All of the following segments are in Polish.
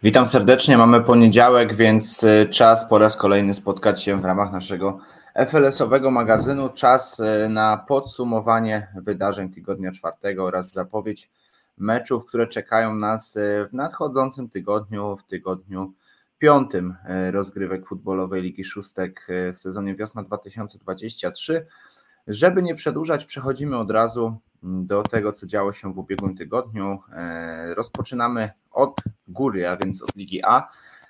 Witam serdecznie, mamy poniedziałek, więc czas po raz kolejny spotkać się w ramach naszego FLS-owego magazynu. Czas na podsumowanie wydarzeń tygodnia czwartego oraz zapowiedź meczów, które czekają nas w nadchodzącym tygodniu, w tygodniu piątym rozgrywek futbolowej Ligi Szóstek w sezonie wiosna 2023. Żeby nie przedłużać, przechodzimy od razu do tego, co działo się w ubiegłym tygodniu. Rozpoczynamy od góry, a więc od Ligi A.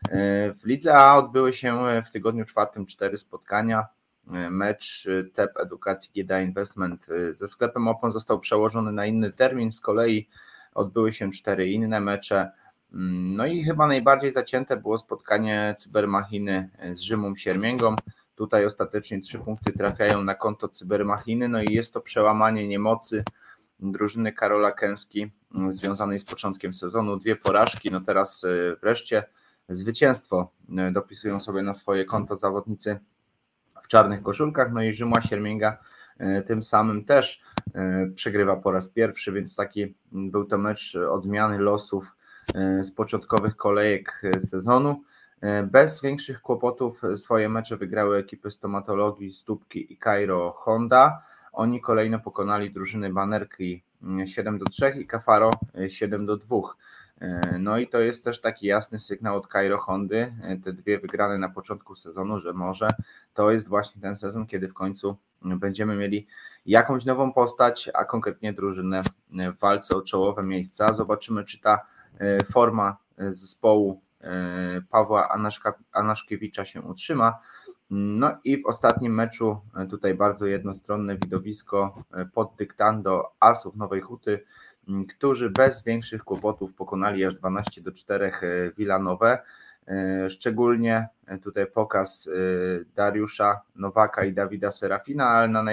W Lidze A odbyły się w tygodniu czwartym 4 spotkania. Mecz TEP Edukacji GDA Investment ze sklepem Opon został przełożony na inny termin, z kolei odbyły się 4 inne mecze. No i chyba najbardziej zacięte było spotkanie Cybermachiny z Rzymą Siermięgą. Tutaj ostatecznie 3 punkty trafiają na konto Cybermachiny, no i jest to przełamanie niemocy drużyny Karola Kęski związanej z początkiem sezonu. 2 porażki, no teraz wreszcie zwycięstwo dopisują sobie na swoje konto zawodnicy w czarnych koszulkach, no i Rzymła Siermięga tym samym też przegrywa po raz pierwszy, więc taki był to mecz odmiany losów z początkowych kolejek sezonu. Bez większych kłopotów swoje mecze wygrały ekipy Stomatologii, Stópki i Cairo Honda. Oni kolejno pokonali drużyny Banerki 7-3 i Kafaro 7-2. No i to jest też taki jasny sygnał od Cairo Hondy, te 2 wygrane na początku sezonu, że może to jest właśnie ten sezon, kiedy w końcu będziemy mieli jakąś nową postać, a konkretnie drużynę w walce o czołowe miejsca. Zobaczymy, czy ta forma zespołu Pawła Anaszkiewicza się utrzyma. No i w ostatnim meczu tutaj bardzo jednostronne widowisko pod dyktando Asów Nowej Huty, którzy bez większych kłopotów pokonali aż 12-4 Wilanowę. Szczególnie tutaj pokaz Dariusza Nowaka i Dawida Serafina, ale na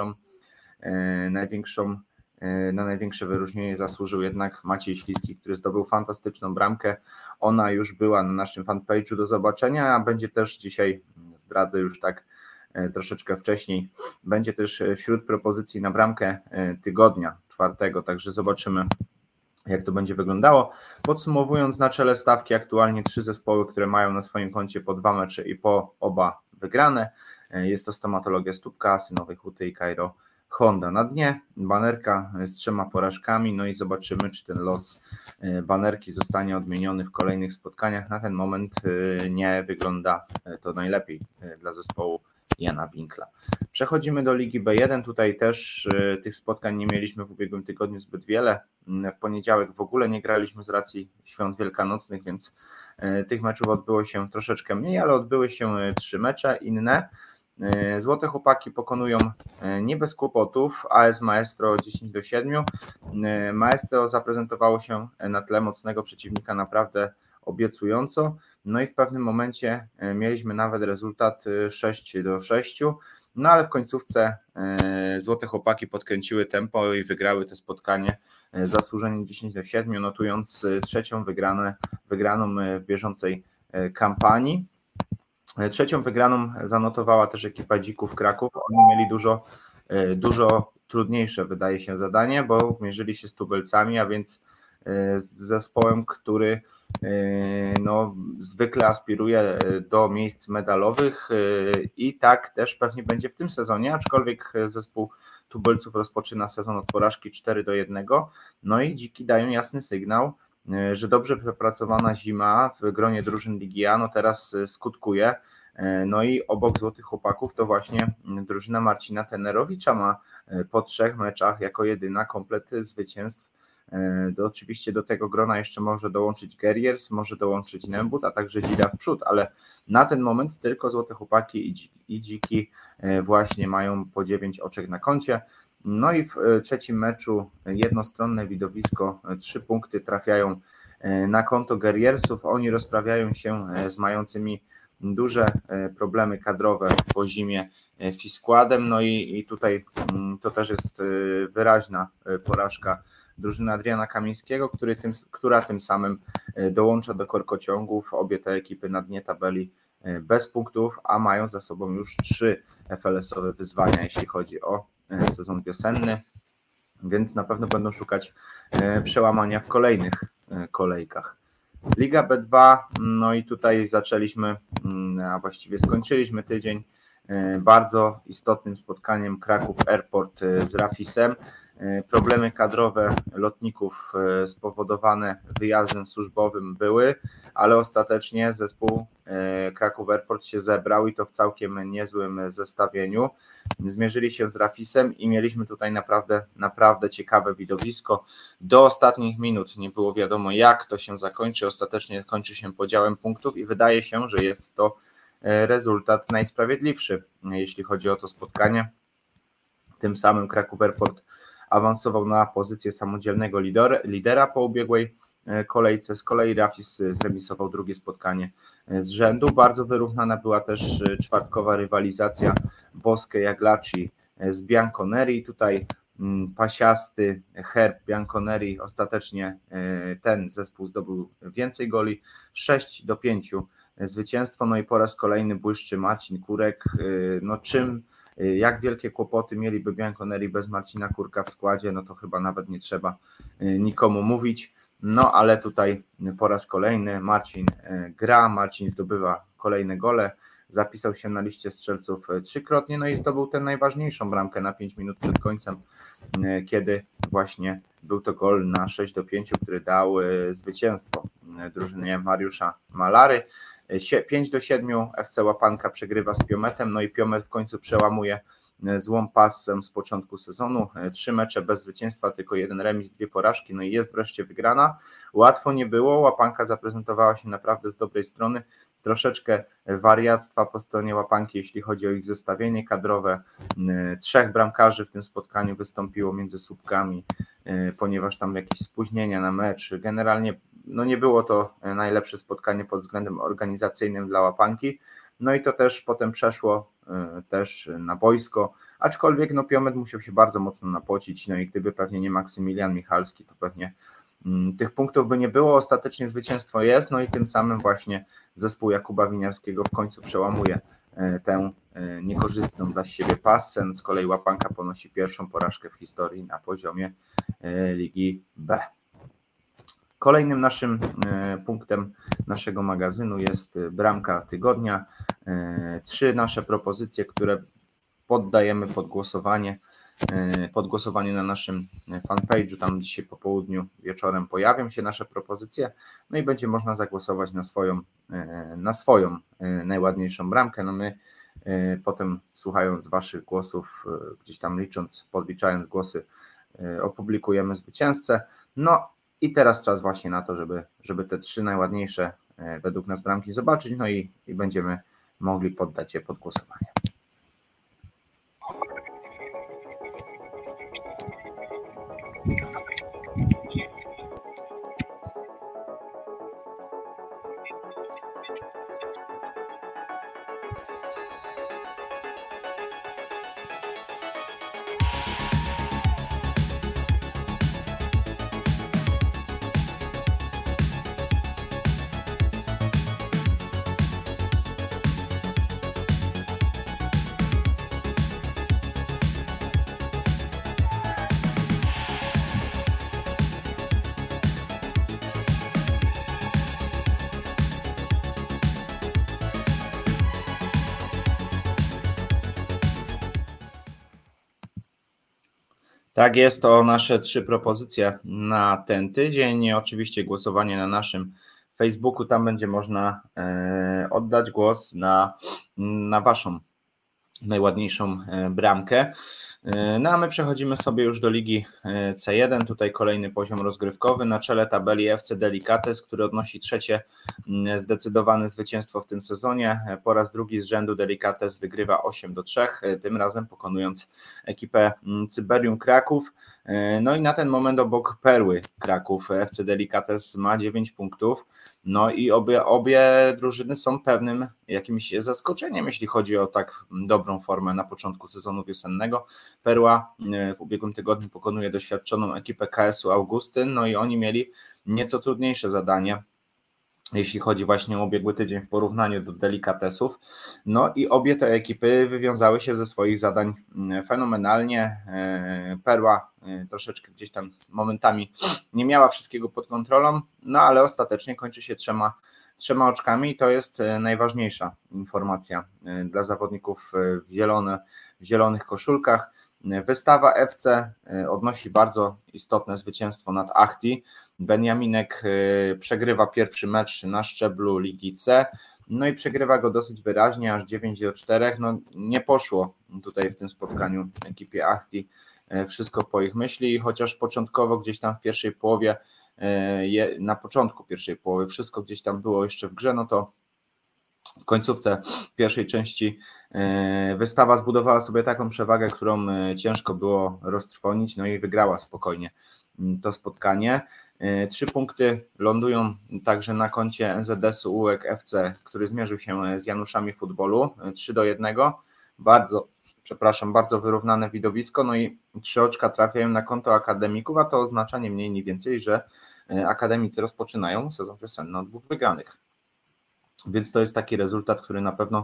największe wyróżnienie zasłużył jednak Maciej Śliski, który zdobył fantastyczną bramkę. Ona już była na naszym fanpage'u do zobaczenia, a będzie też dzisiaj, zdradzę już tak troszeczkę wcześniej, będzie też wśród propozycji na bramkę tygodnia czwartego, także zobaczymy, jak to będzie wyglądało. Podsumowując, na czele stawki aktualnie 3 zespoły, które mają na swoim koncie po 2 mecze i po oba wygrane. Jest to Stomatologia Stópka, Asy Nowej Huty i Cairo Honda. Na dnie Banerka z 3 porażkami, no i zobaczymy, czy ten los Banerki zostanie odmieniony w kolejnych spotkaniach. Na ten moment nie wygląda to najlepiej dla zespołu Jana Winkla. Przechodzimy do Ligi B1. Tutaj też tych spotkań nie mieliśmy w ubiegłym tygodniu zbyt wiele. W poniedziałek w ogóle nie graliśmy z racji świąt wielkanocnych, więc tych meczów odbyło się troszeczkę mniej, ale odbyły się 3 mecze inne. Złote Chłopaki pokonują nie bez kłopotów AS Maestro 10-7. Maestro zaprezentowało się na tle mocnego przeciwnika naprawdę obiecująco, no i w pewnym momencie mieliśmy nawet rezultat 6-6, no ale w końcówce Złote Chłopaki podkręciły tempo i wygrały to spotkanie zasłużenie 10-7, notując 3. wygraną w bieżącej kampanii. 3. wygraną zanotowała też ekipa Dzików Kraków. Oni mieli dużo trudniejsze, wydaje się, zadanie, bo mierzyli się z Tubelcami, a więc z zespołem, który no, zwykle aspiruje do miejsc medalowych i tak też pewnie będzie w tym sezonie, aczkolwiek zespół Tubelców rozpoczyna sezon od porażki 4-1, no i Dziki dają jasny sygnał, że dobrze przepracowana zima w gronie drużyn Ligi A no teraz skutkuje. No i obok Złotych Chłopaków to właśnie drużyna Marcina Tenerowicza ma po 3 meczach jako jedyna komplet zwycięstw. Oczywiście do tego grona jeszcze może dołączyć Guerriers, może dołączyć Nembut, a także Dzida w przód, ale na ten moment tylko Złote Chłopaki i Dziki właśnie mają po 9 oczek na koncie. No i w 3. meczu jednostronne widowisko, 3 punkty trafiają na konto Guerriersów. Oni rozprawiają się z mającymi duże problemy kadrowe po zimie Fiskładem, no i tutaj to też jest wyraźna porażka drużyny Adriana Kamińskiego, która tym samym dołącza do korkociągów. Obie te ekipy na dnie tabeli bez punktów, a mają za sobą już 3 FLS-owe wyzwania, jeśli chodzi o sezon wiosenny, więc na pewno będą szukać przełamania w kolejnych kolejkach. Liga B2, no i tutaj zaczęliśmy, a właściwie skończyliśmy tydzień bardzo istotnym spotkaniem Kraków Airport z Rafisem. Problemy kadrowe lotników spowodowane wyjazdem służbowym były, ale ostatecznie zespół Kraków Airport się zebrał i to w całkiem niezłym zestawieniu. Zmierzyli się z Rafisem i mieliśmy tutaj naprawdę ciekawe widowisko. Do ostatnich minut nie było wiadomo, jak to się zakończy. Ostatecznie kończy się podziałem punktów i wydaje się, że jest to rezultat najsprawiedliwszy, jeśli chodzi o to spotkanie. Tym samym Kraków Airport awansował na pozycję samodzielnego lidera po ubiegłej kolejce. Z kolei Rafis zremisował drugie spotkanie z rzędu. Bardzo wyrównana była też czwartkowa rywalizacja Bosche Jaglaci z Bianconeri. Tutaj pasiasty herb Bianconeri, ostatecznie ten zespół zdobył więcej goli, 6-5 zwycięstwo. No i po raz kolejny błyszczy Marcin Kurek. No jak wielkie kłopoty mieliby Bianconeri bez Marcina Kurka w składzie, no to chyba nawet nie trzeba nikomu mówić. No ale tutaj po raz kolejny Marcin gra, Marcin zdobywa kolejne gole, zapisał się na liście strzelców trzykrotnie, no i zdobył tę najważniejszą bramkę na 5 minut przed końcem, kiedy właśnie był to gol na 6-5, który dał zwycięstwo drużynie Mariusza Malary. 5-7 FC Łapanka przegrywa z Piometem, no i Piomet w końcu przełamuje złą pasę z początku sezonu. 3 mecze bez zwycięstwa, tylko 1 remis, 2 porażki, no i jest wreszcie wygrana. Łatwo nie było, Łapanka zaprezentowała się naprawdę z dobrej strony. Troszeczkę wariactwa po stronie Łapanki, jeśli chodzi o ich zestawienie kadrowe. 3 bramkarzy w tym spotkaniu wystąpiło między słupkami, ponieważ tam jakieś spóźnienia na mecz. Generalnie no nie było to najlepsze spotkanie pod względem organizacyjnym dla Łapanki. No i to też potem przeszło też na boisko, aczkolwiek no Piomet musiał się bardzo mocno napocić, no i gdyby pewnie nie Maksymilian Michalski, to pewnie tych punktów by nie było. Ostatecznie zwycięstwo jest, no i tym samym właśnie zespół Jakuba Winiarskiego w końcu przełamuje tę niekorzystną dla siebie passę. Z kolei Łapanka ponosi pierwszą porażkę w historii na poziomie Ligi B. Kolejnym naszym punktem naszego magazynu jest bramka tygodnia. 3 nasze propozycje, które poddajemy pod głosowanie na naszym fanpage'u. Tam dzisiaj po południu, wieczorem pojawią się nasze propozycje, no i będzie można zagłosować na swoją najładniejszą bramkę. No my potem, słuchając waszych głosów, gdzieś tam podliczając głosy, opublikujemy zwycięzcę. No i teraz czas właśnie na to, żeby te 3 najładniejsze według nas bramki zobaczyć, no i będziemy mogli poddać je pod głosowanie. Tak jest, to nasze 3 propozycje na ten tydzień. Oczywiście głosowanie na naszym Facebooku, tam będzie można oddać głos na waszą najładniejszą bramkę. No a my przechodzimy sobie już do Ligi C1, tutaj kolejny poziom rozgrywkowy. Na czele tabeli FC Delicates, który odnosi 3. zdecydowane zwycięstwo w tym sezonie. Po raz drugi z rzędu Delicates wygrywa 8-3, tym razem pokonując ekipę Cyberium Kraków. No i na ten moment obok Perły Kraków FC Delicates ma 9 punktów. No i obie drużyny są pewnym jakimś zaskoczeniem, jeśli chodzi o tak dobrą formę na początku sezonu wiosennego. Perła w ubiegłym tygodniu pokonuje doświadczoną ekipę KS-u Augustyn, no i oni mieli nieco trudniejsze zadanie jeśli chodzi właśnie o ubiegły tydzień w porównaniu do delikatesów. No i obie te ekipy wywiązały się ze swoich zadań fenomenalnie. Perła troszeczkę gdzieś tam momentami nie miała wszystkiego pod kontrolą, no ale ostatecznie kończy się trzema oczkami i to jest najważniejsza informacja dla zawodników w zielonych koszulkach. Wystawa FC odnosi bardzo istotne zwycięstwo nad Ahti. Beniaminek przegrywa pierwszy mecz na szczeblu Ligi C, no i przegrywa go dosyć wyraźnie, aż 9-4. No nie poszło tutaj w tym spotkaniu ekipie Ahti wszystko po ich myśli, chociaż początkowo gdzieś tam w pierwszej połowie, na początku pierwszej połowy wszystko gdzieś tam było jeszcze w grze, no to w końcówce pierwszej części Wystawa zbudowała sobie taką przewagę, którą ciężko było roztrwonić, no i wygrała spokojnie to spotkanie. 3 punkty lądują także na koncie NZS-u UEK FC, który zmierzył się z Januszami Futbolu 3-1. Bardzo wyrównane widowisko, no i 3 oczka trafiają na konto akademików, a to oznacza nie mniej, nie więcej, że akademicy rozpoczynają sezon wiosenny od 2 wygranych. Więc to jest taki rezultat, który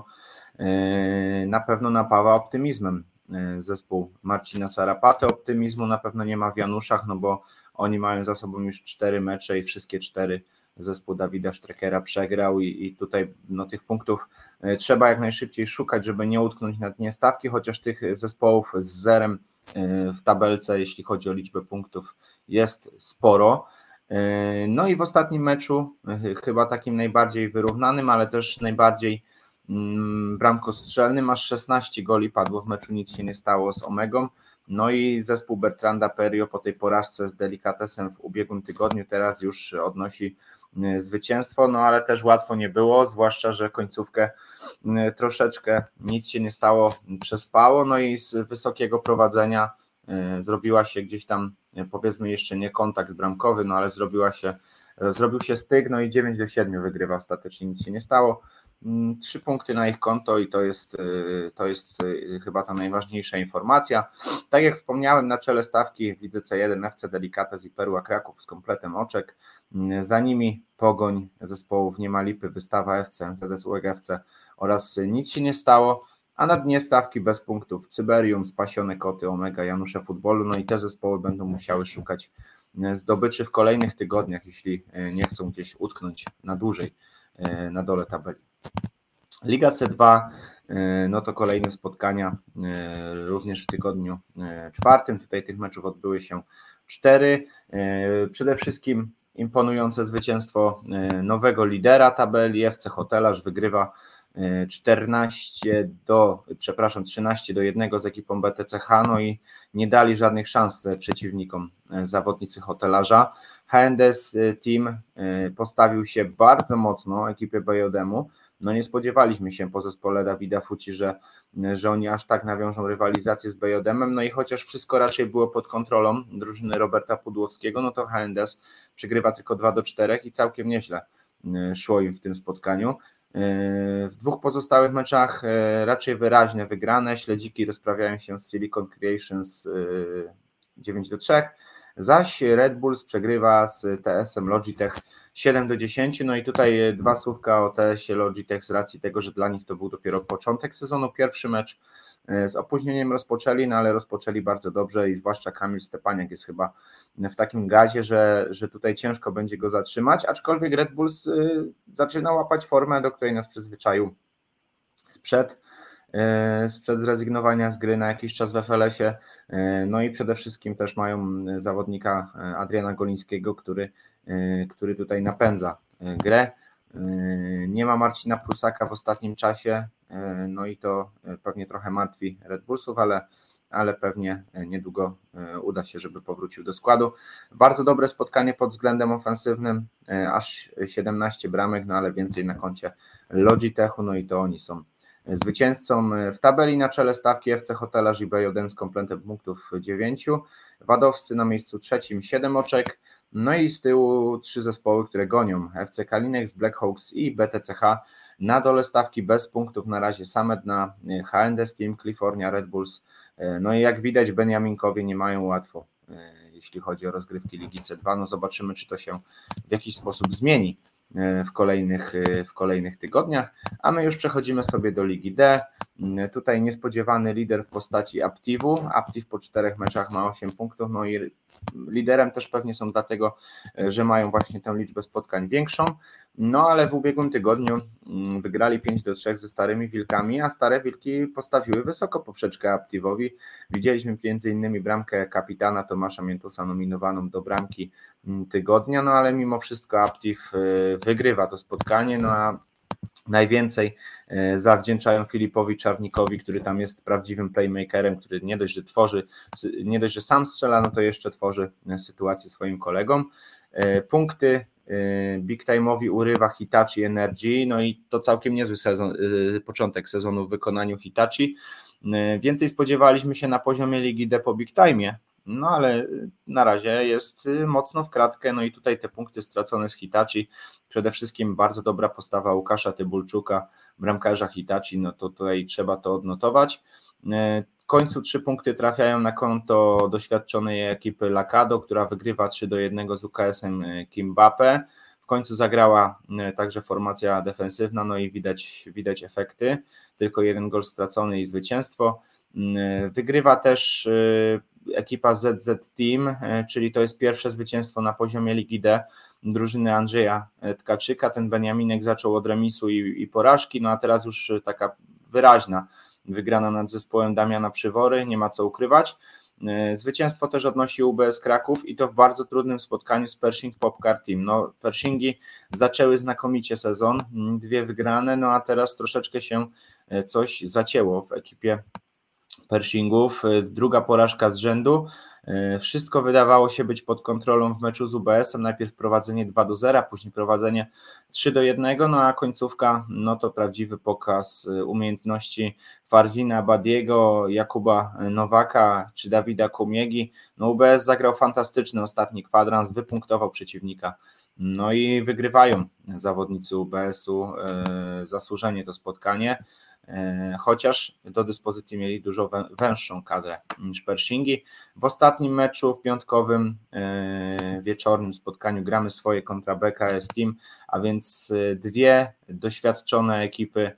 na pewno napawa optymizmem zespół Marcina Sarapaty. Optymizmu na pewno nie ma w Januszach, no bo oni mają za sobą już 4 mecze i wszystkie 4 zespół Dawida Streckera przegrał i tutaj no, tych punktów trzeba jak najszybciej szukać, żeby nie utknąć na dnie stawki, chociaż tych zespołów z zerem w tabelce, jeśli chodzi o liczbę punktów, jest sporo. No i w ostatnim meczu, chyba takim najbardziej wyrównanym, ale też najbardziej bramkostrzelnym, aż 16 goli padło w meczu, nic się nie stało z Omegą. No i zespół Bertranda Perio po tej porażce z Delikatesem w ubiegłym tygodniu teraz już odnosi zwycięstwo, no ale też łatwo nie było, zwłaszcza, że końcówkę troszeczkę nic się nie stało, przespało, no i z wysokiego prowadzenia zrobiła się gdzieś tam, powiedzmy jeszcze nie kontakt bramkowy, no ale zrobił się styk, no i 9-7 wygrywa ostatecznie, nic się nie stało. 3 punkty na ich konto i to jest chyba ta najważniejsza informacja. Tak jak wspomniałem, na czele stawki widzę C1 FC Delikates i Perła Kraków z kompletem oczek. Za nimi Pogoń zespołów Nie ma lipy, Wystawa FC, NZS UEG FC oraz Nic się nie stało, a na dnie stawki bez punktów Cyberium, Spasione Koty, Omega, Janusze Futbolu, no i te zespoły będą musiały szukać zdobyczy w kolejnych tygodniach, jeśli nie chcą gdzieś utknąć na dłużej na dole tabeli. Liga C2, no to kolejne spotkania również w tygodniu czwartym. Tutaj tych meczów odbyły się 4. Przede wszystkim imponujące zwycięstwo nowego lidera tabeli. FC Hotelarz wygrywa 13-1 z ekipą BTCH, no i nie dali żadnych szans przeciwnikom zawodnicy Hotelarza. HNDS Team postawił się bardzo mocno ekipie BJM-u. No nie spodziewaliśmy się po zespole Dawida Fuci, że oni aż tak nawiążą rywalizację z BJM-em, no i chociaż wszystko raczej było pod kontrolą drużyny Roberta Pudłowskiego, no to HNDS przegrywa tylko 2-4 i całkiem nieźle szło im w tym spotkaniu. W 2 pozostałych meczach raczej wyraźne wygrane. Śledziki rozprawiają się z Silicon Creations 9-3, zaś Red Bulls przegrywa z TS-em Logitech 7-10. No i tutaj 2 słówka o TS-ie Logitech z racji tego, że dla nich to był dopiero początek sezonu. Pierwszy mecz z opóźnieniem rozpoczęli, no ale rozpoczęli bardzo dobrze i zwłaszcza Kamil Stepaniak jest chyba w takim gazie, że tutaj ciężko będzie go zatrzymać, aczkolwiek Red Bulls zaczyna łapać formę, do której nas przyzwyczaił sprzed zrezygnowania z gry na jakiś czas w FLS-ie. No i przede wszystkim też mają zawodnika Adriana Golińskiego, który tutaj napędza grę. Nie ma Marcina Prusaka w ostatnim czasie, no i to pewnie trochę martwi Red Bullsów, ale pewnie niedługo uda się, żeby powrócił do składu. Bardzo dobre spotkanie pod względem ofensywnym, aż 17 bramek, no ale więcej na koncie Logitechu, no i to oni są zwycięzcą w tabeli. Na czele stawki FC Hotelarz i BJM z kompletem punktów 9, Wadowscy na miejscu trzecim 7 oczek, no i z tyłu 3 zespoły, które gonią, FC Kalinex, Blackhawks i BTCH. Na dole stawki bez punktów na razie same dna, HNDS Team, California Red Bulls, no i jak widać Beniaminkowie nie mają łatwo, jeśli chodzi o rozgrywki Ligi C2, no zobaczymy, czy to się w jakiś sposób zmieni w kolejnych tygodniach, a my już przechodzimy sobie do Ligi D. Tutaj niespodziewany lider w postaci Aptivu. Aptiv po 4 meczach ma 8 punktów, no i liderem też pewnie są dlatego, że mają właśnie tę liczbę spotkań większą, no ale w ubiegłym tygodniu wygrali 5-3 ze Starymi Wilkami, a Stare Wilki postawiły wysoko poprzeczkę Aptivowi. Widzieliśmy m.in. bramkę kapitana Tomasza Miętusa nominowaną do bramki tygodnia, no ale mimo wszystko Aptiv wygrywa to spotkanie, no a najwięcej zawdzięczają Filipowi Czarnikowi, który tam jest prawdziwym playmakerem, który nie dość, że tworzy, nie dość, że sam strzela, no to jeszcze tworzy sytuację swoim kolegom. Punkty big time'owi urywa Hitachi Energy, no i to całkiem niezły początek sezonu w wykonaniu Hitachi. Więcej spodziewaliśmy się na poziomie Ligi D po big time'ie, no ale na razie jest mocno w kratkę, no i tutaj te punkty stracone z Hitachi, przede wszystkim bardzo dobra postawa Łukasza Tybulczuka, bramkarza Hitachi, no to tutaj trzeba to odnotować. W końcu 3 punkty trafiają na konto doświadczonej ekipy Lacado, która wygrywa 3-1 z UKS-em Kimbape. W końcu zagrała także formacja defensywna, no i widać efekty, tylko 1 gol stracony i zwycięstwo. Wygrywa też ekipa ZZ Team, czyli to jest pierwsze zwycięstwo na poziomie Ligi D drużyny Andrzeja Tkaczyka. Ten Beniaminek zaczął od remisu i porażki, no a teraz już taka wyraźna wygrana nad zespołem Damiana Przywory, nie ma co ukrywać. Zwycięstwo też odnosi UBS Kraków i to w bardzo trudnym spotkaniu z Pershing Popcar Team. No, Pershingi zaczęły znakomicie sezon, 2 wygrane, no a teraz troszeczkę się coś zacięło w ekipie Pershingów, 2 porażka z rzędu. Wszystko wydawało się być pod kontrolą w meczu z UBS-em, najpierw prowadzenie 2-0, później prowadzenie 3-1, no a końcówka, no to prawdziwy pokaz umiejętności Farzina Badiego, Jakuba Nowaka czy Dawida Kumiegi. No UBS zagrał fantastyczny ostatni kwadrans, wypunktował przeciwnika, no i wygrywają zawodnicy UBS-u zasłużenie to spotkanie, chociaż do dyspozycji mieli dużo węższą kadrę niż Pershingi. W ostatnim meczu, w piątkowym wieczornym spotkaniu gramy swoje kontra BKS Team, a więc 2 doświadczone ekipy,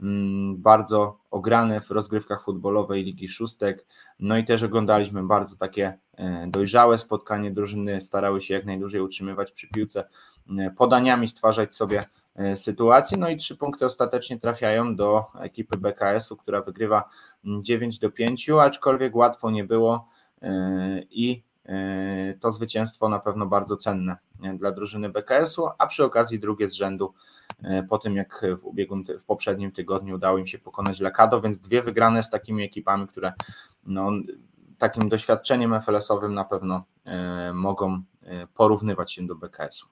bardzo ograne w rozgrywkach futbolowej Ligi Szóstek, no i też oglądaliśmy bardzo takie dojrzałe spotkanie, drużyny starały się jak najdłużej utrzymywać przy piłce, podaniami stwarzać sobie sytuacji, no i 3 punkty ostatecznie trafiają do ekipy BKS-u, która wygrywa 9-5, aczkolwiek łatwo nie było i to zwycięstwo na pewno bardzo cenne dla drużyny BKS-u, a przy okazji drugie z rzędu po tym jak w poprzednim tygodniu udało im się pokonać Lacado, więc 2 wygrane z takimi ekipami, które no, takim doświadczeniem FLS-owym na pewno mogą porównywać się do BKS-u.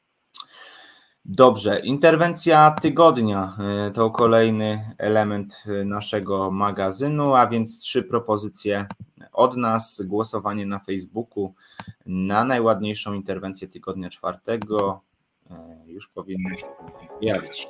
Dobrze, interwencja tygodnia to kolejny element naszego magazynu, a więc 3 propozycje od nas, głosowanie na Facebooku na najładniejszą interwencję tygodnia 4. Już powinno się pojawić.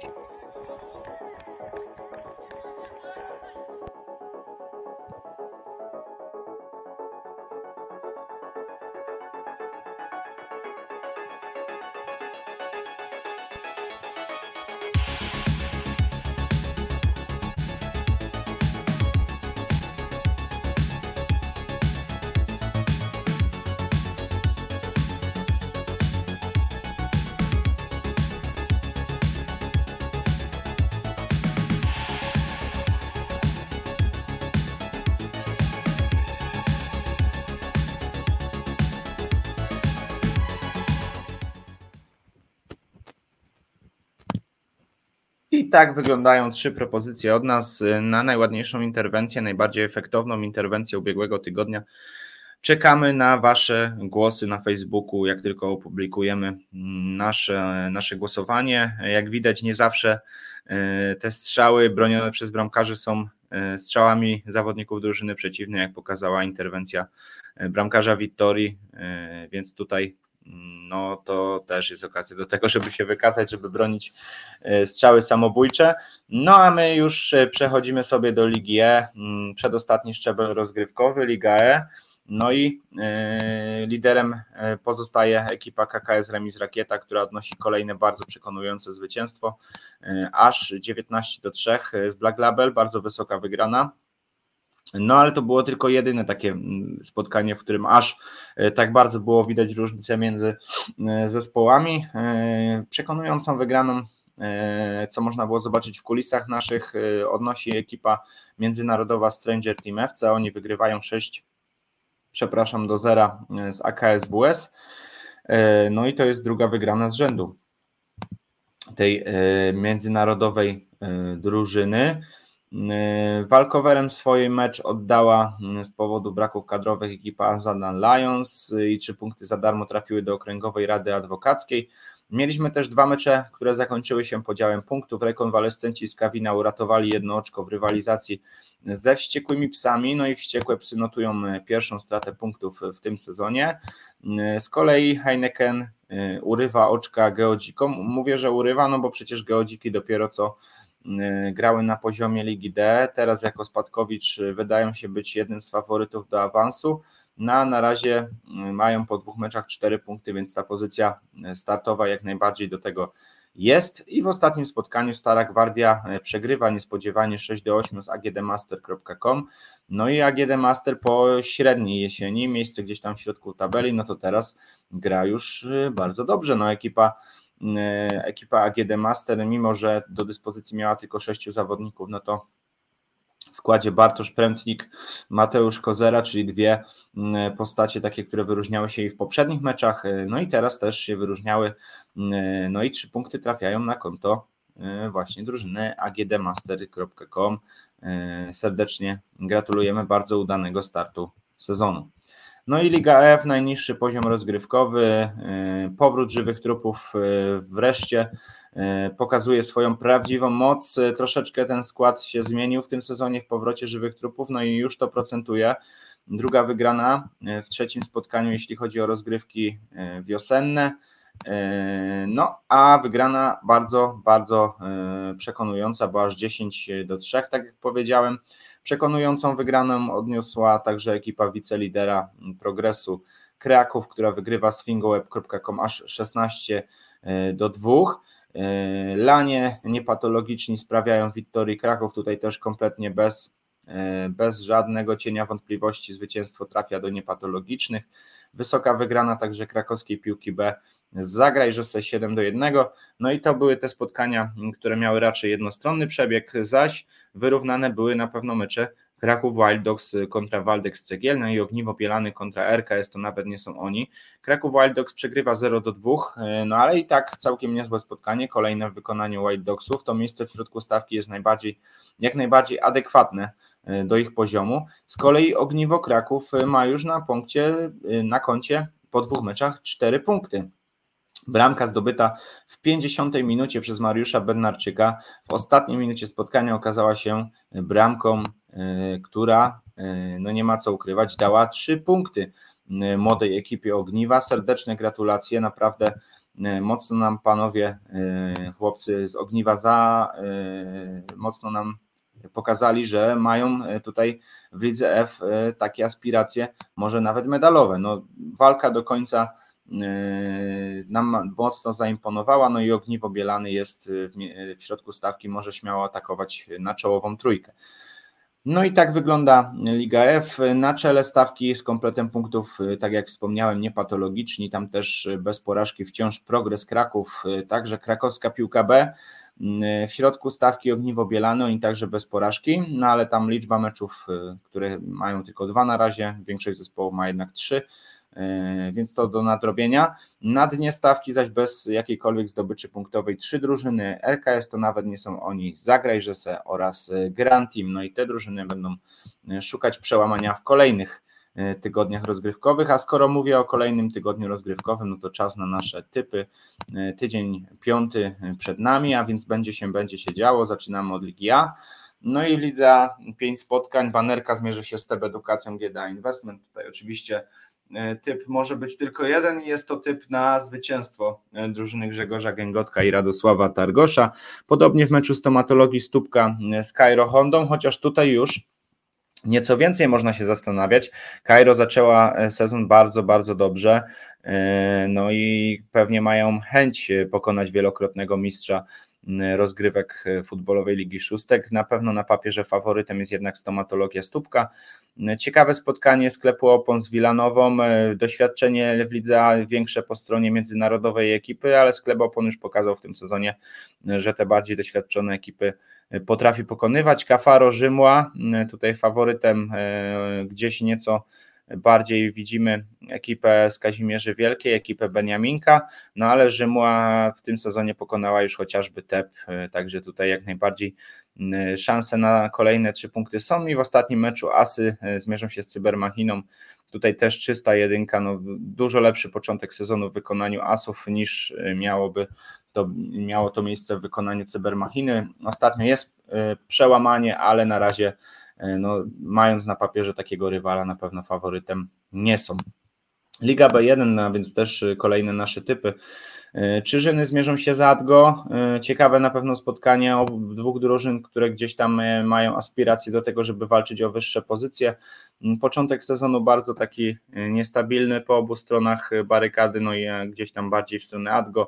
I tak wyglądają 3 propozycje od nas na najładniejszą interwencję, najbardziej efektowną interwencję ubiegłego tygodnia. Czekamy na Wasze głosy na Facebooku, jak tylko opublikujemy nasze głosowanie. Jak widać, nie zawsze te strzały bronione przez bramkarzy są strzałami zawodników drużyny przeciwnej, jak pokazała interwencja bramkarza Vittorii, więc tutaj no to też jest okazja do tego, żeby się wykazać, żeby bronić strzały samobójcze. No a my już przechodzimy sobie do Ligi E, przedostatni szczebel rozgrywkowy, Liga E. No i liderem pozostaje ekipa KKS Remis Rakieta, która odnosi kolejne bardzo przekonujące zwycięstwo, aż 19-3 z Black Label, bardzo wysoka wygrana. No ale to było tylko jedyne takie spotkanie, w którym aż tak bardzo było widać różnicę między zespołami. Przekonującą wygraną, co można było zobaczyć w kulisach naszych, odnosi ekipa międzynarodowa Stranger Team FC. Oni wygrywają 6-0 z AKS WS. No i to jest druga wygrana z rzędu tej międzynarodowej drużyny. Walkowerem swój mecz oddała z powodu braków kadrowych ekipa Zadan Lions i 3 punkty za darmo trafiły do Okręgowej Rady Adwokackiej. Mieliśmy też 2 mecze, które zakończyły się podziałem punktów. Rekonwalescenci z Kawina uratowali 1 oczko w rywalizacji ze Wściekłymi Psami, no i Wściekłe Psy notują pierwszą stratę punktów w tym sezonie. Z kolei Heineken urywa oczka Geodzikom. Mówię, że urywa, no bo przecież Geodziki dopiero co grały na poziomie Ligi D, teraz jako spadkowicz wydają się być jednym z faworytów do awansu. Na razie mają po 2 meczach 4 punkty, więc ta pozycja startowa jak najbardziej do tego jest. I w ostatnim spotkaniu Stara Gwardia przegrywa niespodziewanie 6-8 z agdmaster.com. No i AGD Master po średniej jesieni, miejsce gdzieś tam w środku tabeli, no to teraz gra już bardzo dobrze. No ekipa AGD Master, mimo że do dyspozycji miała tylko 6 zawodników, no to w składzie Bartosz Prętnik, Mateusz Kozera, czyli 2 postacie takie, które wyróżniały się i w poprzednich meczach, no i teraz też się wyróżniały, no i 3 punkty trafiają na konto właśnie drużyny agdmaster.com. Serdecznie gratulujemy bardzo udanego startu sezonu. No i Liga F, najniższy poziom rozgrywkowy, powrót żywych trupów wreszcie pokazuje swoją prawdziwą moc. Troszeczkę ten skład się zmienił w tym sezonie w powrocie żywych trupów, no i już to procentuje. Druga wygrana w 3. spotkaniu, jeśli chodzi o rozgrywki wiosenne. No a wygrana bardzo, bardzo przekonująca, bo aż 10-3, tak jak powiedziałem. Przekonującą wygraną odniosła także ekipa wicelidera Progresu Kraków, która wygrywa z fingoweb.com aż 16-2. Lanie niepatologiczni sprawiają Wiktorii Kraków, tutaj też kompletnie bez żadnego cienia wątpliwości zwycięstwo trafia do niepatologicznych. Wysoka wygrana także krakowskiej piłki B z Zagrajże 7-1. No i to były te spotkania, które miały raczej jednostronny przebieg, zaś wyrównane były na pewno mecze Kraków Wild Dogs kontra Waldex Cegiel, no i Ogniwo Bielany kontra RKS, to nawet nie są oni. Kraków Wild Dogs przegrywa 0-2, no ale i tak całkiem niezłe spotkanie, kolejne w wykonaniu Wild Dogsów. To miejsce w środku stawki jest jak najbardziej adekwatne do ich poziomu. Z kolei Ogniwo Kraków ma już na koncie po 2 meczach 4 punkty. Bramka zdobyta w 50 minucie przez Mariusza Bednarczyka w ostatniej minucie spotkania okazała się bramką, która, no nie ma co ukrywać, dała 3 punkty młodej ekipie Ogniwa. Serdeczne gratulacje, naprawdę mocno nam panowie, chłopcy z Ogniwa mocno nam pokazali, że mają tutaj w Lidze F takie aspiracje, może nawet medalowe. No, walka do końca nam mocno zaimponowała, no i Ogniwo Bielany jest w środku stawki, może śmiało atakować na czołową trójkę. No i tak wygląda Liga F. Na czele stawki z kompletem punktów, tak jak wspomniałem, niepatologiczni, tam też bez porażki wciąż Progres Kraków, także krakowska piłka B. W środku stawki Ogniwo Bielany, oni także bez porażki, no ale tam liczba meczów, które mają tylko 2 na razie, większość zespołów ma jednak 3, więc to do nadrobienia. Na dnie stawki zaś bez jakiejkolwiek zdobyczy punktowej 3 drużyny, RKS to nawet nie są oni, Zagrajże oraz Grand Team, no i te drużyny będą szukać przełamania w kolejnych tygodniach rozgrywkowych, a skoro mówię o kolejnym tygodniu rozgrywkowym, no to czas na nasze typy. Tydzień 5 przed nami, a więc będzie się działo. Zaczynamy od Ligi A. No i Lidze 5 spotkań, banerka zmierzy się z TB Edukacją GDA Investment. Tutaj oczywiście typ może być tylko jeden i jest to typ na zwycięstwo drużyny Grzegorza Gęgotka i Radosława Targosza. Podobnie w meczu stomatologii Stópka z Cairo Hondą, chociaż tutaj już Nieco więcej można się zastanawiać. Kairo zaczęła sezon bardzo, bardzo dobrze, no i pewnie mają chęć pokonać wielokrotnego mistrza rozgrywek futbolowej Ligi Szóstek. Na pewno na papierze faworytem jest jednak Stomatologia Stupka. Ciekawe spotkanie sklepu Opon z Wilanową, doświadczenie w lidze A większe po stronie międzynarodowej ekipy, ale sklep Opon już pokazał w tym sezonie, że te bardziej doświadczone ekipy potrafi pokonywać. Kafaro Rzymła, tutaj faworytem gdzieś nieco bardziej widzimy ekipę z Kazimierzy Wielkiej, ekipę Beniaminka, no ale Rzymła w tym sezonie pokonała już chociażby TEP, także tutaj jak najbardziej szanse na kolejne 3 punkty są i w ostatnim meczu Asy zmierzą się z Cybermachiną. Tutaj też 301, no dużo lepszy początek sezonu w wykonaniu Asów niż miało to miejsce w wykonaniu Cybermachiny. Ostatnio jest przełamanie, ale na razie no, mając na papierze takiego rywala na pewno faworytem nie są. Liga B1, no, więc też kolejne nasze typy. Czyżyny zmierzą się z Adgo. Ciekawe na pewno spotkanie dwóch drużyn, które gdzieś tam mają aspiracje do tego, żeby walczyć o wyższe pozycje. Początek sezonu bardzo taki niestabilny po obu stronach barykady, no i gdzieś tam bardziej w stronę Adgo,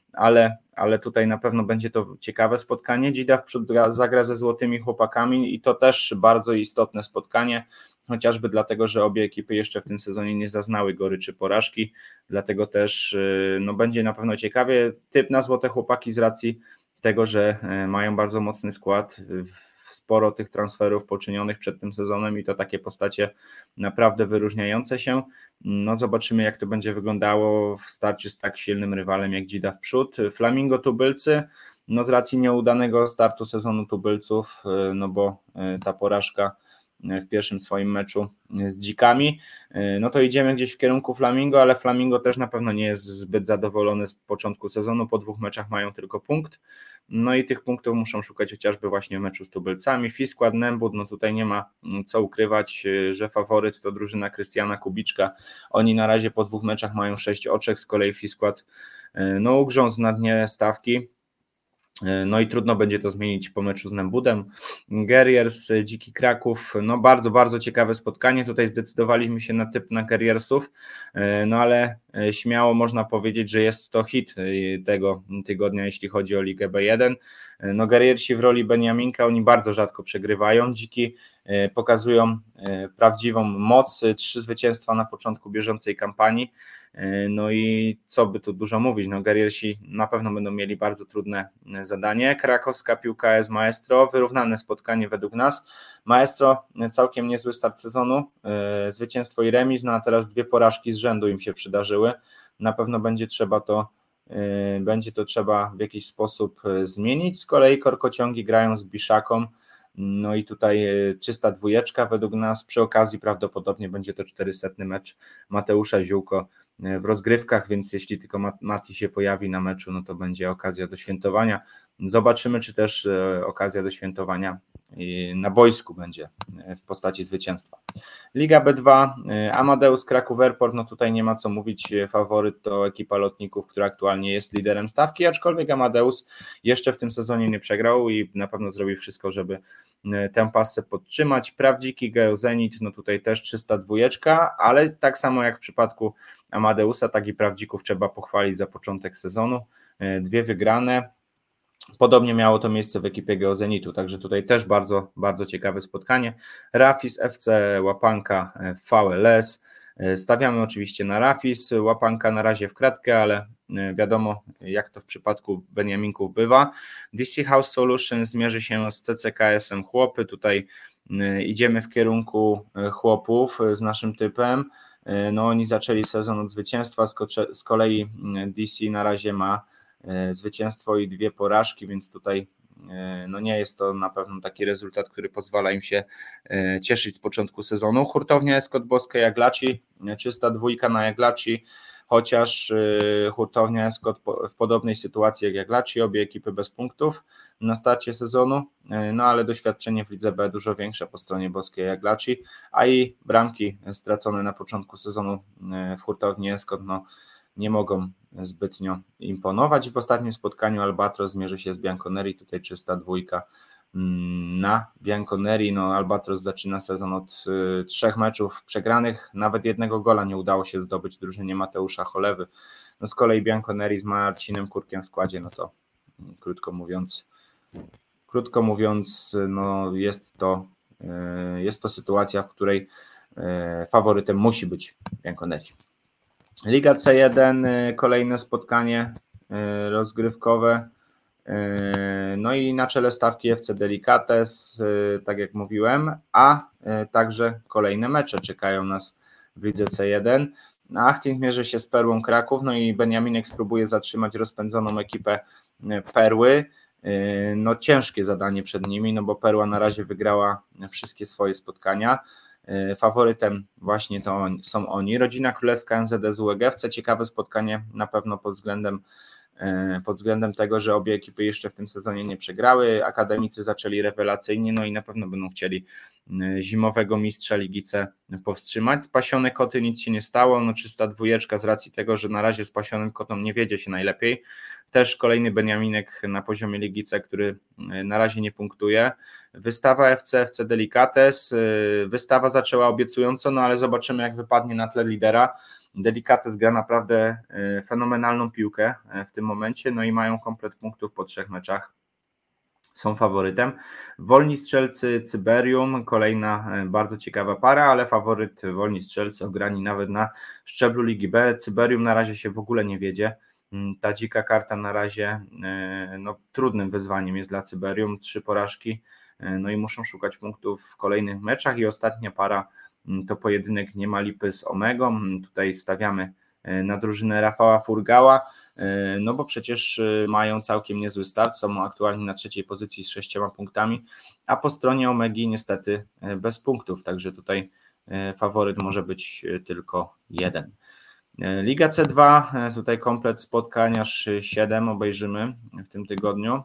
ale tutaj na pewno będzie to ciekawe spotkanie. Dzida w przód zagra ze Złotymi Chłopakami i to też bardzo istotne spotkanie, chociażby dlatego, że obie ekipy jeszcze w tym sezonie nie zaznały goryczy porażki, dlatego też no, będzie na pewno ciekawie. Typ na Złote Chłopaki z racji tego, że mają bardzo mocny skład, sporo tych transferów poczynionych przed tym sezonem i to takie postacie naprawdę wyróżniające się. No zobaczymy, jak to będzie wyglądało w starciu z tak silnym rywalem jak Dzida w przód. Flamingo Tubylcy, no z racji nieudanego startu sezonu Tubylców, no bo ta porażka w pierwszym swoim meczu z Dzikami, no to idziemy gdzieś w kierunku Flamingo, ale Flamingo też na pewno nie jest zbyt zadowolony z początku sezonu, po 2 meczach mają tylko punkt, no i tych punktów muszą szukać chociażby właśnie w meczu z Tubylcami. Fiskład Nembud, no tutaj nie ma co ukrywać, że faworyt to drużyna Krystiana Kubiczka, oni na razie po 2 meczach mają 6 oczek, z kolei Fiskład no ugrzązł na dnie stawki. No i trudno będzie to zmienić po meczu z Nembudem. Guerriers, Dziki Kraków, no bardzo, bardzo ciekawe spotkanie. Tutaj zdecydowaliśmy się na typ na Guerriersów, no ale śmiało można powiedzieć, że jest to hit tego tygodnia, jeśli chodzi o Ligę B1. No Guerriersi w roli Beniaminka, oni bardzo rzadko przegrywają. Dziki pokazują prawdziwą moc, 3 zwycięstwa na początku bieżącej kampanii. No i co by tu dużo mówić, no Guerriersi na pewno będą mieli bardzo trudne zadanie. Krakowska Piłka z Maestro, wyrównane spotkanie według nas. Maestro całkiem niezły start sezonu, zwycięstwo i remis, no a teraz 2 porażki z rzędu im się przydarzyły. Na pewno będzie to trzeba w jakiś sposób zmienić. Z kolei Korkociągi grają z Biszaką. No i tutaj czysta 2 według nas, przy okazji prawdopodobnie będzie to 400 mecz Mateusza Ziółko w rozgrywkach, więc jeśli tylko Mati się pojawi na meczu, no to będzie okazja do świętowania. Zobaczymy, czy też okazja do świętowania na boisku będzie w postaci zwycięstwa. Liga B2, Amadeus Kraków Airport, no tutaj nie ma co mówić, faworyt to ekipa lotników, która aktualnie jest liderem stawki, aczkolwiek Amadeus jeszcze w tym sezonie nie przegrał i na pewno zrobi wszystko, żeby tę pasę podtrzymać. Prawdziki Geozenit, no tutaj też 302, ale tak samo jak w przypadku Amadeusa, tak i Prawdzików trzeba pochwalić za początek sezonu, 2 wygrane. Podobnie miało to miejsce w ekipie Geozenitu, także tutaj też bardzo, bardzo ciekawe spotkanie. Rafis FC, Łapanka, VLS. Stawiamy oczywiście na Rafis, Łapanka na razie w kratkę, ale wiadomo, jak to w przypadku Beniaminków bywa. DC House Solutions zmierzy się z CCKS-em Chłopy. Tutaj idziemy w kierunku chłopów z naszym typem. No oni zaczęli sezon od zwycięstwa, z kolei DC na razie ma zwycięstwo i 2 porażki, więc tutaj no nie jest to na pewno taki rezultat, który pozwala im się cieszyć z początku sezonu. Hurtownia Eskot Boskie Jaglaci, 302 na Jaglaci, chociaż Hurtownia Eskot w podobnej sytuacji jak Jaglaci, obie ekipy bez punktów na starcie sezonu, no ale doświadczenie w Lidze B dużo większe po stronie Boskiej Jaglaci, a i bramki stracone na początku sezonu w Hurtowni Eskot, no nie mogą zbytnio imponować. W ostatnim spotkaniu Albatros zmierzy się z Bianconeri, tutaj 302 na Bianconeri. No, Albatros zaczyna sezon od 3 meczów przegranych, nawet jednego gola nie udało się zdobyć drużynie Mateusza Cholewy. No, z kolei Bianconeri z Marcinem Kurkiem w składzie, no to krótko mówiąc, no jest to sytuacja, w której faworytem musi być Bianconeri. Liga C1, kolejne spotkanie rozgrywkowe. No i na czele stawki FC Delicates, tak jak mówiłem, a także kolejne mecze czekają nas w lidze C1. Achting zmierzy się z Perłą Kraków, no i Beniaminek spróbuje zatrzymać rozpędzoną ekipę Perły. No ciężkie zadanie przed nimi, no bo Perła na razie wygrała wszystkie swoje spotkania. Faworytem właśnie to są oni. Rodzina Królewska NZS UEG-FC, ciekawe spotkanie na pewno pod względem tego, że obie ekipy jeszcze w tym sezonie nie przegrały. Akademicy zaczęli rewelacyjnie, no i na pewno będą chcieli zimowego mistrza Ligi C powstrzymać. Spasione Koty nic się nie stało, no 302 z racji tego, że na razie Spasionym Kotom nie wiedzie się najlepiej. Też kolejny Beniaminek na poziomie Ligi C, który na razie nie punktuje. Wystawa FC Delicates. Wystawa zaczęła obiecująco, no ale zobaczymy jak wypadnie na tle lidera. Delicates gra naprawdę fenomenalną piłkę w tym momencie, no i mają komplet punktów po 3 meczach. Są faworytem. Wolni Strzelcy Cyberium, kolejna bardzo ciekawa para, ale faworyt Wolni Strzelcy ograni nawet na szczeblu Ligi B. Cyberium na razie się w ogóle nie wiedzie. Ta dzika karta na razie trudnym wyzwaniem jest dla Cyberium. 3 porażki, no i muszą szukać punktów w kolejnych meczach i ostatnia para to pojedynek Nie ma lipy z Omegą. Tutaj stawiamy na drużynę Rafała Furgała, no bo przecież mają całkiem niezły start, są aktualnie na 3. pozycji z 6 punktami, a po stronie Omegi niestety bez punktów, także tutaj faworyt może być tylko jeden. Liga C2, tutaj komplet spotkań, aż 7 obejrzymy w tym tygodniu.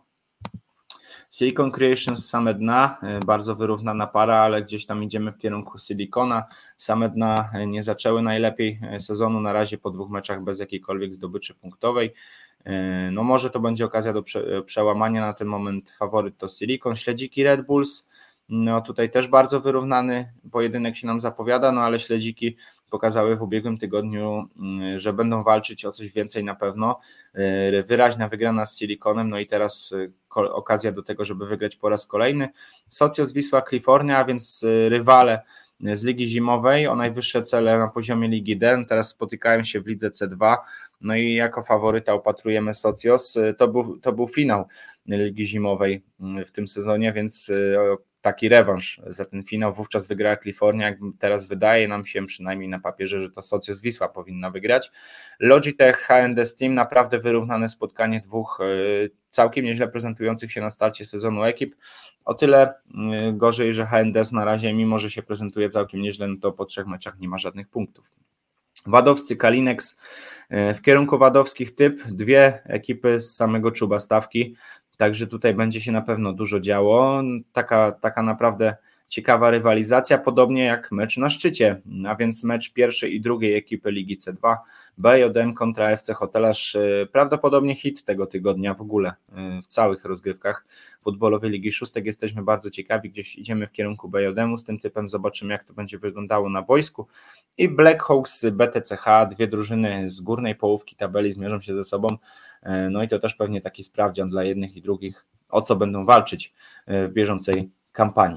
Silicon Creations Same Dna, bardzo wyrównana para, ale gdzieś tam idziemy w kierunku Silicona. Same Dna nie zaczęły najlepiej sezonu, na razie po 2 meczach bez jakiejkolwiek zdobyczy punktowej. No może to będzie okazja do przełamania, na ten moment faworyt to Silicon. Śledziki Red Bulls, no tutaj też bardzo wyrównany pojedynek się nam zapowiada, no ale Śledziki pokazały w ubiegłym tygodniu, że będą walczyć o coś więcej na pewno. Wyraźna wygrana z Siliconem, no i teraz okazja do tego, żeby wygrać po raz kolejny. Socios Wisła Kalifornia, a więc rywale z Ligi Zimowej o najwyższe cele na poziomie Ligi D, teraz spotykają się w Lidze C2, no i jako faworyta opatrujemy Socios. To był finał Ligi Zimowej w tym sezonie, więc taki rewanż za ten finał wówczas wygrała Kalifornia, jak teraz wydaje nam się przynajmniej na papierze, że to Socios Wisła powinna wygrać. Logitech HND Steam, naprawdę wyrównane spotkanie 2 całkiem nieźle prezentujących się na starcie sezonu ekip. O tyle gorzej, że HNDS na razie, mimo że się prezentuje całkiem nieźle, no to po 3 meczach nie ma żadnych punktów. Wadowscy Kalinex, w kierunku wadowskich typ 2 ekipy z samego czuba stawki, także tutaj będzie się na pewno dużo działo, taka naprawdę ciekawa rywalizacja, podobnie jak mecz na szczycie, a więc mecz pierwszej i drugiej ekipy Ligi C2, BJM kontra FC Hotelarz, prawdopodobnie hit tego tygodnia w ogóle w całych rozgrywkach futbolowej Ligi Szóstek. Jesteśmy bardzo ciekawi, gdzieś idziemy w kierunku BJM-u z tym typem, zobaczymy jak to będzie wyglądało na boisku. I Black Hawks BTCH, 2 drużyny z górnej połówki tabeli zmierzą się ze sobą, no i to też pewnie taki sprawdzian dla jednych i drugich, o co będą walczyć w bieżącej kampanii.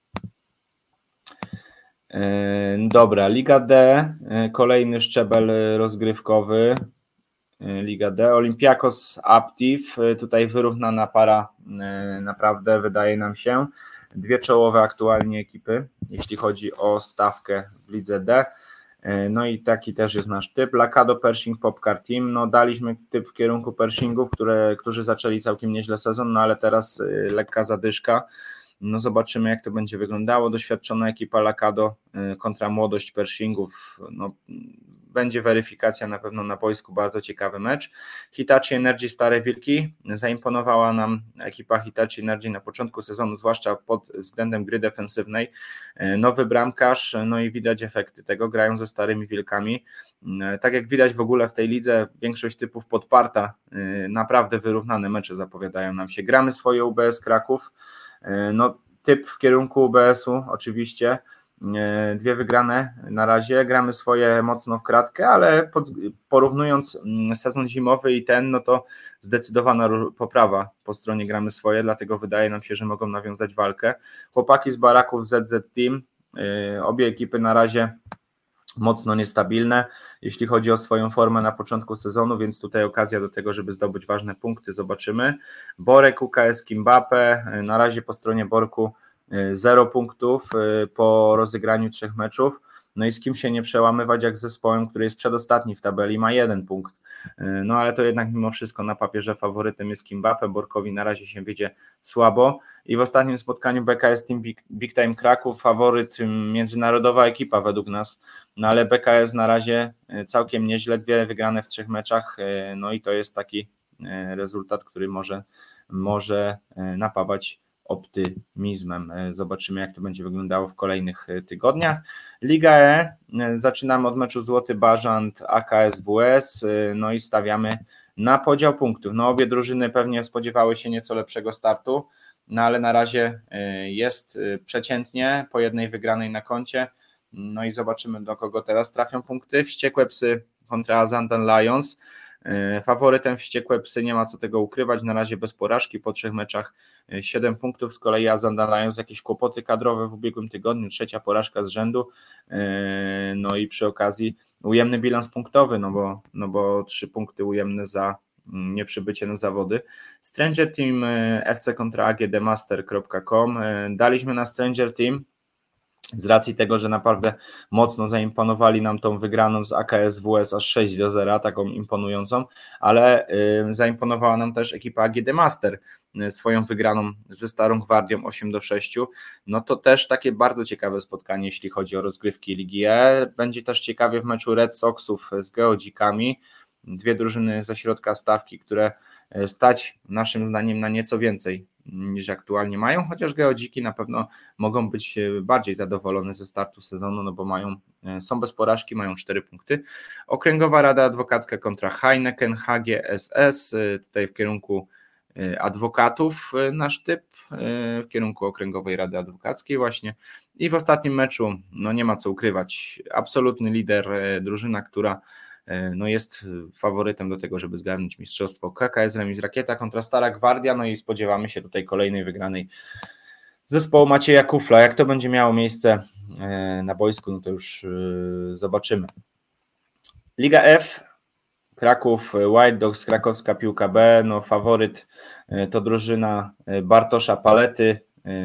Dobra, Liga D, kolejny szczebel rozgrywkowy, Liga D, Olympiakos Aptiv, tutaj wyrównana para naprawdę wydaje nam się, 2 czołowe aktualnie ekipy, jeśli chodzi o stawkę w Lidze D, no i taki też jest nasz typ. Lacado Pershing Popcar Team, no daliśmy typ w kierunku Pershingów, którzy zaczęli całkiem nieźle sezon, no ale teraz lekka zadyszka. No zobaczymy jak to będzie wyglądało. Doświadczona ekipa Lacado kontra młodość Pershingów, no będzie weryfikacja na pewno na boisku, bardzo ciekawy mecz. Hitachi Energy Stare Wilki, zaimponowała nam ekipa Hitachi Energy na początku sezonu, zwłaszcza pod względem gry defensywnej. Nowy bramkarz, no i widać efekty tego, grają ze Starymi Wilkami. Tak jak widać w ogóle w tej lidze, większość typów podparta, naprawdę wyrównane mecze zapowiadają nam się. Gramy swoje UBS Kraków, No, typ w kierunku UBS-u oczywiście, 2 wygrane na razie, gramy swoje mocno w kratkę, ale porównując sezon zimowy i ten, no to zdecydowana poprawa po stronie gramy swoje, dlatego wydaje nam się, że mogą nawiązać walkę. Chłopaki z baraków ZZ Team, obie ekipy na razie mocno niestabilne, jeśli chodzi o swoją formę na początku sezonu, więc tutaj okazja do tego, żeby zdobyć ważne punkty, zobaczymy. Borek, UKS Kimbape, na razie po stronie Borku 0 punktów po rozegraniu 3 meczów, no i z kim się nie przełamywać jak z zespołem, który jest przedostatni w tabeli, ma 1 punkt. No ale to jednak mimo wszystko na papierze faworytem jest Kimbape, Borkowi na razie się wiedzie słabo i w ostatnim spotkaniu BKS Team Big Time Kraków faworyt, międzynarodowa ekipa według nas, no ale BKS na razie całkiem nieźle, 2 wygrane w 3 meczach, no i to jest taki rezultat, który może napawać optymizmem. Zobaczymy, jak to będzie wyglądało w kolejnych tygodniach. Liga E, zaczynamy od meczu Złoty Bażant AKS WS, no i stawiamy na podział punktów. No obie drużyny pewnie spodziewały się nieco lepszego startu, no ale na razie jest przeciętnie, po 1 wygranej na koncie, no i zobaczymy, do kogo teraz trafią punkty. Wściekłe Psy kontra Azandan Lions. Faworytem Wściekłe Psy, nie ma co tego ukrywać, na razie bez porażki, po 3 meczach 7 punktów, z kolei Azandan Lions jakieś kłopoty kadrowe w ubiegłym tygodniu, 3. porażka z rzędu, no i przy okazji ujemny bilans punktowy, no bo 3 punkty ujemne za nieprzybycie na zawody. Stranger Team FC kontra agdmaster.com, daliśmy na Stranger Team z racji tego, że naprawdę mocno zaimponowali nam tą wygraną z AKS WS aż 6-0, taką imponującą, ale zaimponowała nam też ekipa AGD Master swoją wygraną ze Starą Gwardią 8-6, no to też takie bardzo ciekawe spotkanie, jeśli chodzi o rozgrywki Ligi E. Będzie też ciekawie w meczu Red Soxów z Geodzikami, 2 drużyny ze środka stawki, które stać naszym zdaniem na nieco więcej niż aktualnie mają, chociaż Geodziki na pewno mogą być bardziej zadowolone ze startu sezonu, no bo są bez porażki, mają 4 punkty. Okręgowa Rada Adwokacka kontra Heineken HGSS, tutaj w kierunku adwokatów nasz typ, w kierunku Okręgowej Rady Adwokackiej właśnie. I w ostatnim meczu, no nie ma co ukrywać, absolutny lider, drużyna, która no jest faworytem do tego, żeby zgarnąć mistrzostwo, KKS Remis Rakieta kontra Stara Gwardia, no i spodziewamy się tutaj kolejnej wygranej zespołu Macieja Kufla. Jak to będzie miało miejsce na boisku, no to już zobaczymy. Liga F, Kraków White Dogs, krakowska piłka B, no faworyt to drużyna Bartosza Palety,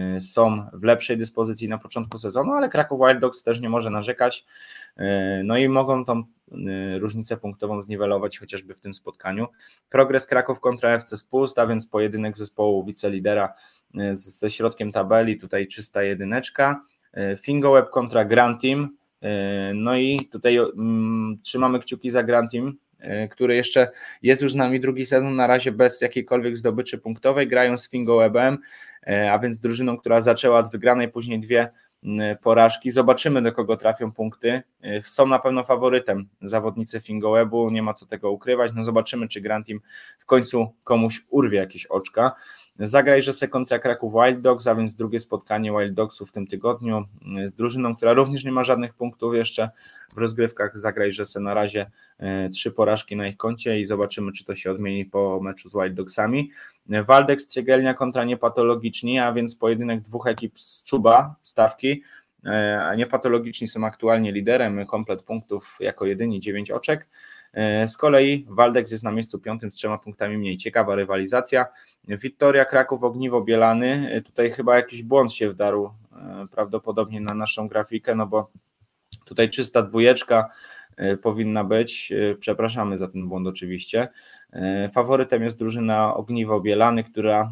są w lepszej dyspozycji na początku sezonu, ale Kraków Wild Dogs też nie może narzekać, no i mogą tą różnicę punktową zniwelować chociażby w tym spotkaniu. Progres Kraków kontra FC Spust, a więc pojedynek zespołu wicelidera ze środkiem tabeli, tutaj czysta jedyneczka. Fingoweb kontra Grand Team, no i tutaj trzymamy kciuki za Grand Team, który jeszcze jest już z nami drugi sezon, na razie bez jakiejkolwiek zdobyczy punktowej, grają z Fingowebem, a więc drużyną, która zaczęła od wygranej, później 2 porażki. Zobaczymy, do kogo trafią punkty. Są na pewno faworytem zawodnicy Fingowebu, nie ma co tego ukrywać. No zobaczymy, czy Grand Team w końcu komuś urwie jakieś oczka. Zagrajże se kontra Kraków Wild Dogs, a więc drugie spotkanie Wild Dogsów w tym tygodniu z drużyną, która również nie ma żadnych punktów jeszcze w rozgrywkach. Zagrajże se na razie 3 porażki na ich koncie i zobaczymy, czy to się odmieni po meczu z Wild Dogsami. Waldex Ciegelnia kontra Niepatologiczni, a więc pojedynek 2 ekip z Czuba, stawki. Niepatologiczni są aktualnie liderem, komplet punktów jako jedyni 9 oczek. Z kolei Waldex jest na miejscu 5 z 3 punktami mniej. Ciekawa rywalizacja. Wiktoria Kraków Ogniwo Bielany. Tutaj chyba jakiś błąd się wdarł prawdopodobnie na naszą grafikę, no bo tutaj czysta 2 powinna być. Przepraszamy za ten błąd oczywiście. Faworytem jest drużyna Ogniwo Bielany, która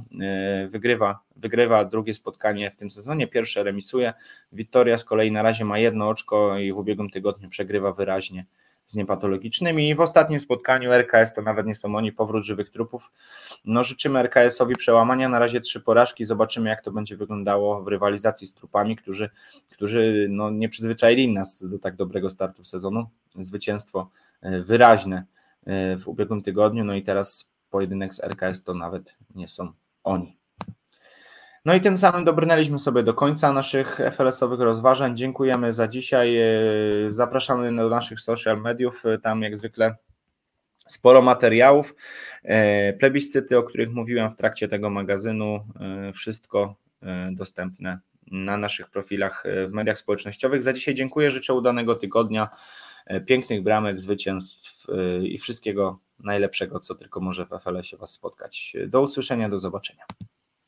wygrywa drugie spotkanie w tym sezonie, pierwsze remisuje. Wiktoria z kolei na razie ma 1 oczko i w ubiegłym tygodniu przegrywa wyraźnie z Niepatologicznymi. I w ostatnim spotkaniu RKS, to nawet nie są oni, powrót żywych trupów. No życzymy RKS-owi przełamania, na razie 3 porażki, zobaczymy, jak to będzie wyglądało w rywalizacji z trupami, którzy no, nie przyzwyczaili nas do tak dobrego startu sezonu. Zwycięstwo wyraźne w ubiegłym tygodniu, no i teraz pojedynek z RKS to nawet nie są oni. No i tym samym dobrnęliśmy sobie do końca naszych FLS-owych rozważań. Dziękujemy za dzisiaj. Zapraszamy do naszych social mediów. Tam jak zwykle sporo materiałów. Plebiscyty, o których mówiłem w trakcie tego magazynu. Wszystko dostępne na naszych profilach w mediach społecznościowych. Za dzisiaj dziękuję. Życzę udanego tygodnia, pięknych bramek, zwycięstw i wszystkiego najlepszego, co tylko może w FLS-ie Was spotkać. Do usłyszenia, do zobaczenia.